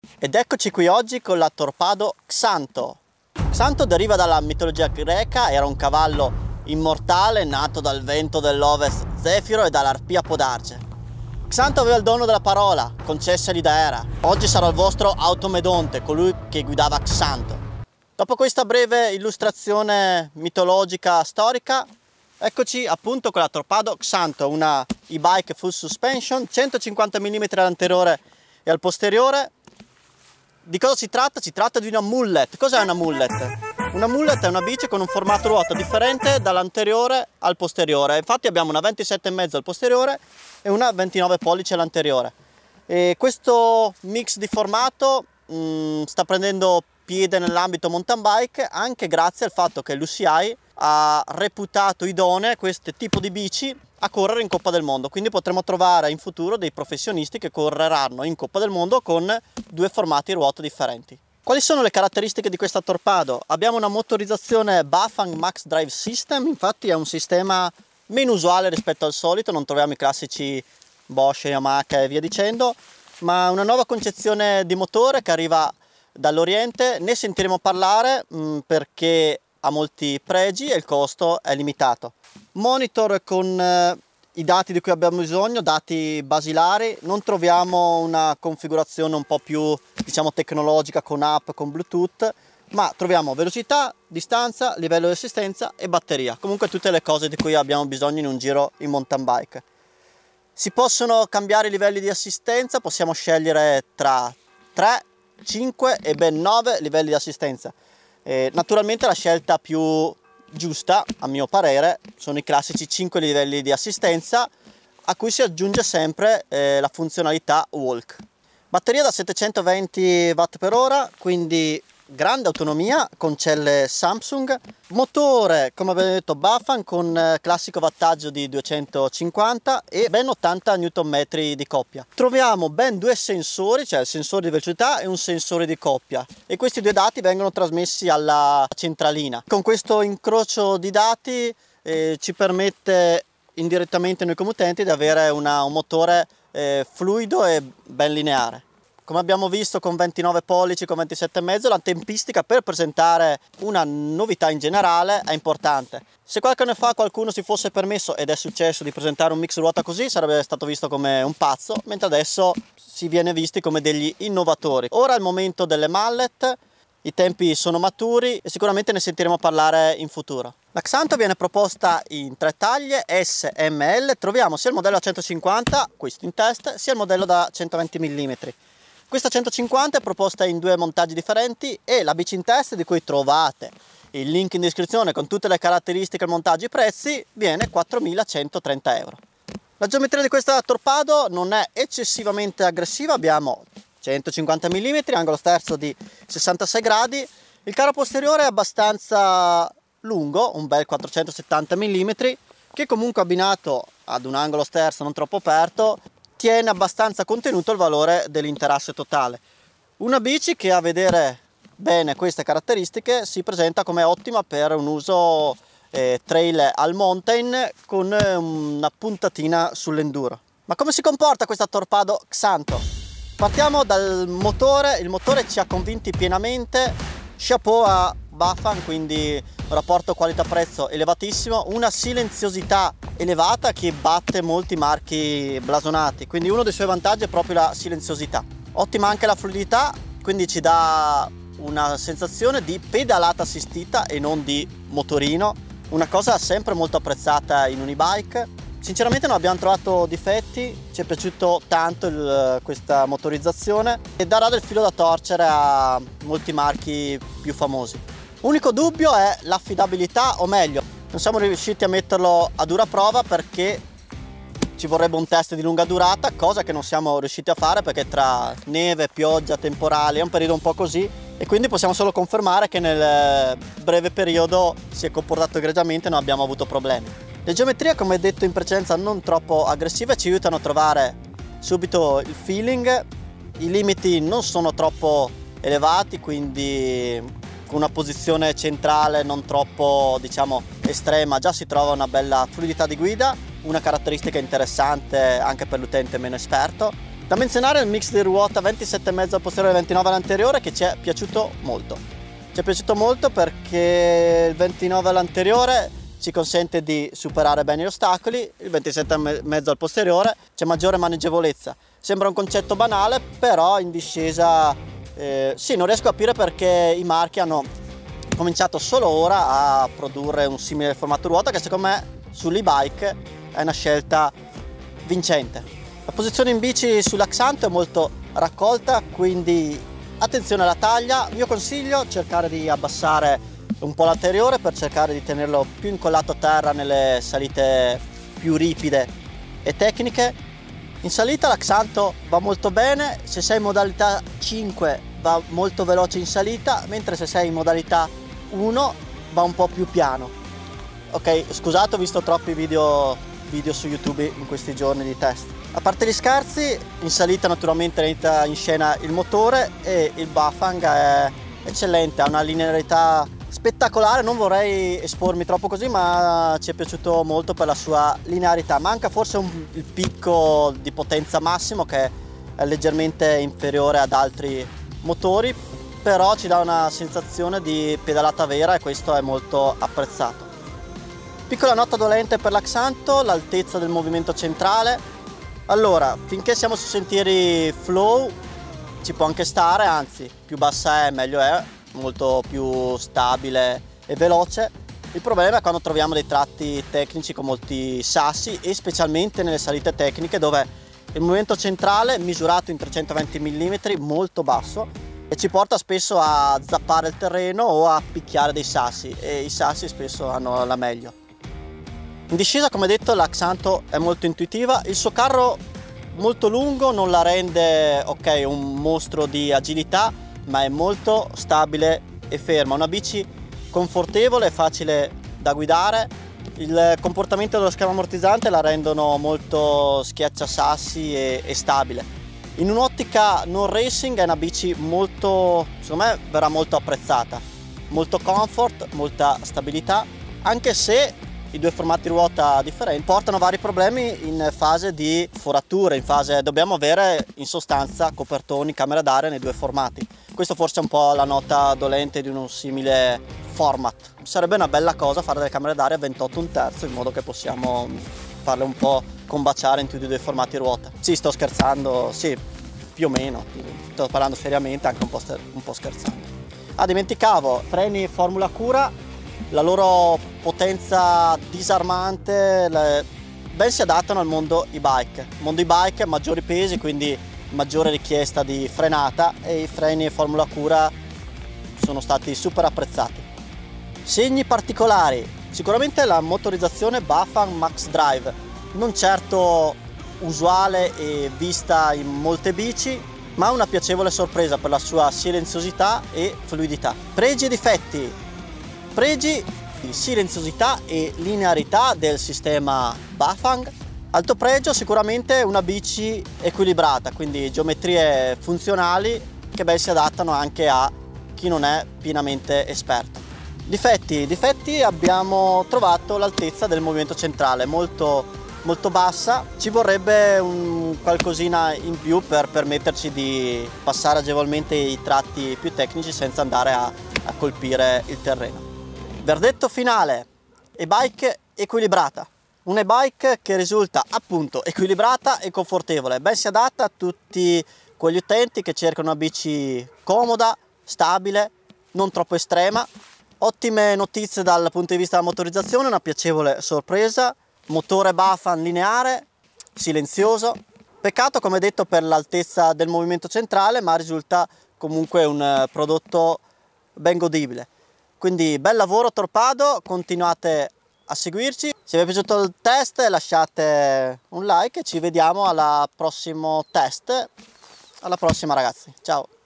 Ed eccoci qui oggi con la Torpado Xanto. Xanto deriva dalla mitologia greca, era un cavallo immortale nato dal vento dell'Ovest Zefiro e dall'arpia Podarge. Xanto aveva il dono della parola, concessagli da Era. Oggi sarà il vostro automedonte, colui che guidava Xanto. Dopo questa breve illustrazione mitologica storica, eccoci appunto con la Torpado Xanto, una e-bike full suspension, 150 mm all'anteriore e al posteriore. Di cosa si tratta? Si tratta di una mullet. Cos'è una mullet? Una mullet è una bici con un formato ruota differente dall'anteriore al posteriore. Infatti abbiamo una 27,5 al posteriore e una 29 pollici all'anteriore. E questo mix di formato sta prendendo piede nell'ambito mountain bike anche grazie al fatto che l'UCI ha reputato idonee questo tipo di bici a correre in Coppa del Mondo, quindi potremo trovare in futuro dei professionisti che correranno in Coppa del Mondo con due formati ruote differenti. Quali sono le caratteristiche di questa Torpado? Abbiamo una motorizzazione Bafang Max Drive System, infatti è un sistema meno usuale rispetto al solito, non troviamo i classici Bosch, Yamaha e via dicendo, ma una nuova concezione di motore che arriva dall'Oriente. Ne sentiremo parlare perché ha molti pregi e il costo è limitato. Monitor con i dati di cui abbiamo bisogno, dati basilari, non troviamo una configurazione un po' più diciamo tecnologica con app, con Bluetooth, ma troviamo velocità, distanza, livello di assistenza e batteria, comunque tutte le cose di cui abbiamo bisogno in un giro in mountain bike. Si possono cambiare i livelli di assistenza, possiamo scegliere tra 3, 5 e ben 9 livelli di assistenza. Naturalmente la scelta più giusta, a mio parere, sono i classici 5 livelli di assistenza a cui si aggiunge sempre la funzionalità Walk. Batteria da 720 Wh, quindi grande autonomia con celle Samsung. Motore, come abbiamo detto, Bafang con classico wattaggio di 250 e ben 80 Nm di coppia. Troviamo ben due sensori, cioè il sensore di velocità e un sensore di coppia, e questi due dati vengono trasmessi alla centralina. Con questo incrocio di dati ci permette indirettamente noi come utenti di avere un motore fluido e ben lineare. Come abbiamo visto con 29 pollici, con 27,5, la tempistica per presentare una novità in generale è importante. Se qualche anno fa qualcuno si fosse permesso, ed è successo, di presentare un mix ruota così, sarebbe stato visto come un pazzo, mentre adesso si viene visti come degli innovatori. Ora è il momento delle mallet, i tempi sono maturi e sicuramente ne sentiremo parlare in futuro. La Xanto viene proposta in tre taglie, S, M, L, troviamo sia il modello da 150, questo in test, sia il modello da 120 mm. Questa 150 è proposta in due montaggi differenti e la bici in test, di cui trovate il link in descrizione con tutte le caratteristiche, il montaggio e i prezzi, viene 4.130 euro. La geometria di questa Torpado non è eccessivamente aggressiva, abbiamo 150 mm, angolo sterzo di 66 gradi, il caro posteriore è abbastanza lungo, un bel 470 mm, che comunque abbinato ad un angolo sterzo non troppo aperto tiene abbastanza contenuto il valore dell'interasse totale. Una bici che, a vedere bene queste caratteristiche, si presenta come ottima per un uso trail al mountain con una puntatina sull'enduro. Ma come si comporta questa Torpado Xanto? Partiamo dal motore. Il motore ci ha convinti pienamente, chapeau a Bafang, quindi un rapporto qualità-prezzo elevatissimo, una silenziosità elevata che batte molti marchi blasonati, quindi uno dei suoi vantaggi è proprio la silenziosità. Ottima anche la fluidità, quindi ci dà una sensazione di pedalata assistita e non di motorino, una cosa sempre molto apprezzata in un e-bike. Sinceramente non abbiamo trovato difetti, ci è piaciuto tanto questa motorizzazione e darà del filo da torcere a molti marchi più famosi. Unico dubbio è l'affidabilità, o meglio, non siamo riusciti a metterlo a dura prova perché ci vorrebbe un test di lunga durata, cosa che non siamo riusciti a fare perché tra neve, pioggia, temporali è un periodo un po' così, e quindi possiamo solo confermare che nel breve periodo si è comportato egregiamente e non abbiamo avuto problemi. Le geometrie, come detto in precedenza, non troppo aggressive, ci aiutano a trovare subito il feeling. I limiti non sono troppo elevati, quindi con una posizione centrale non troppo, diciamo, estrema già si trova una bella fluidità di guida, una caratteristica interessante anche per l'utente meno esperto. Da menzionare il mix di ruota 27,5 al posteriore e 29 all'anteriore, che ci è piaciuto molto. Ci è piaciuto molto perché il 29 all'anteriore ci consente di superare bene gli ostacoli, il 27,5 al posteriore c'è maggiore maneggevolezza. Sembra un concetto banale, però in discesa sì, non riesco a capire perché i marchi hanno cominciato solo ora a produrre un simile formato ruota, che secondo me sull'e-bike è una scelta vincente. La posizione in bici sull'Axanto è molto raccolta, quindi attenzione alla taglia. Mio consiglio: cercare di abbassare un po' l'anteriore per cercare di tenerlo più incollato a terra nelle salite più ripide e tecniche. In salita l'Axanto va molto bene, se sei in modalità 5 va molto veloce in salita, mentre se sei in modalità 1 va un po' più piano. Ok, scusate, ho visto troppi video su YouTube in questi giorni di test. A parte gli scherzi, in salita naturalmente entra in scena il motore e il Bafang è eccellente, ha una linearità spettacolare. Non vorrei espormi troppo così, ma ci è piaciuto molto per la sua linearità. Manca forse il picco di potenza massimo, che è leggermente inferiore ad altri motori, però ci dà una sensazione di pedalata vera e questo è molto apprezzato. Piccola nota dolente per l'Axanto: l'altezza del movimento centrale. Allora, finché siamo su sentieri flow ci può anche stare, anzi più bassa è meglio è, molto più stabile e veloce. Il problema è quando troviamo dei tratti tecnici con molti sassi, e specialmente nelle salite tecniche, dove il movimento centrale, misurato in 320 mm, molto basso, e ci porta spesso a zappare il terreno o a picchiare dei sassi, e i sassi spesso hanno la meglio. In discesa, come detto, l'Axanto è molto intuitiva. Il suo carro molto lungo non la rende un mostro di agilità, ma è molto stabile e ferma. Una bici confortevole e facile da guidare. Il comportamento dello schermo ammortizzante la rendono molto schiacciasassi e stabile. In un'ottica non racing è una bici molto, secondo me, verrà molto apprezzata. Molto comfort, molta stabilità, anche se i due formati ruota differenti portano vari problemi in fase di forature, in fase dobbiamo avere in sostanza copertoni, camera d'aria nei due formati. Questo forse è un po' la nota dolente di un simile format. Sarebbe una bella cosa fare delle camere d'aria a 28 1/3, in modo che possiamo farle un po' combaciare in tutti e due i formati ruota. Sì, sto scherzando, sì, più o meno, sto parlando seriamente, anche un po' scherzando. Dimenticavo, freni Formula Cura. La loro potenza disarmante ben si adattano al mondo e-bike. Mondo e-bike, maggiori pesi, quindi maggiore richiesta di frenata, e i freni Formula Cura sono stati super apprezzati. Segni particolari: sicuramente la motorizzazione Bafang Max Drive, non certo usuale e vista in molte bici, ma una piacevole sorpresa per la sua silenziosità e fluidità. Pregi e difetti. Pregi: silenziosità e linearità del sistema Bafang. Alto pregio: sicuramente una bici equilibrata, quindi geometrie funzionali che ben si adattano anche a chi non è pienamente esperto. Difetti: abbiamo trovato l'altezza del movimento centrale molto bassa. Ci vorrebbe qualcosina in più per permetterci di passare agevolmente i tratti più tecnici senza andare a colpire il terreno. Verdetto finale: e-bike equilibrata. Un e-bike che risulta appunto equilibrata e confortevole, ben si adatta a tutti quegli utenti che cercano una bici comoda, stabile, non troppo estrema. Ottime notizie dal punto di vista della motorizzazione, una piacevole sorpresa, motore Bafang lineare, silenzioso. Peccato, come detto, per l'altezza del movimento centrale, ma risulta comunque un prodotto ben godibile. Quindi bel lavoro Torpado, continuate a seguirci. Se vi è piaciuto il test lasciate un like e ci vediamo al prossimo test. Alla prossima ragazzi, ciao!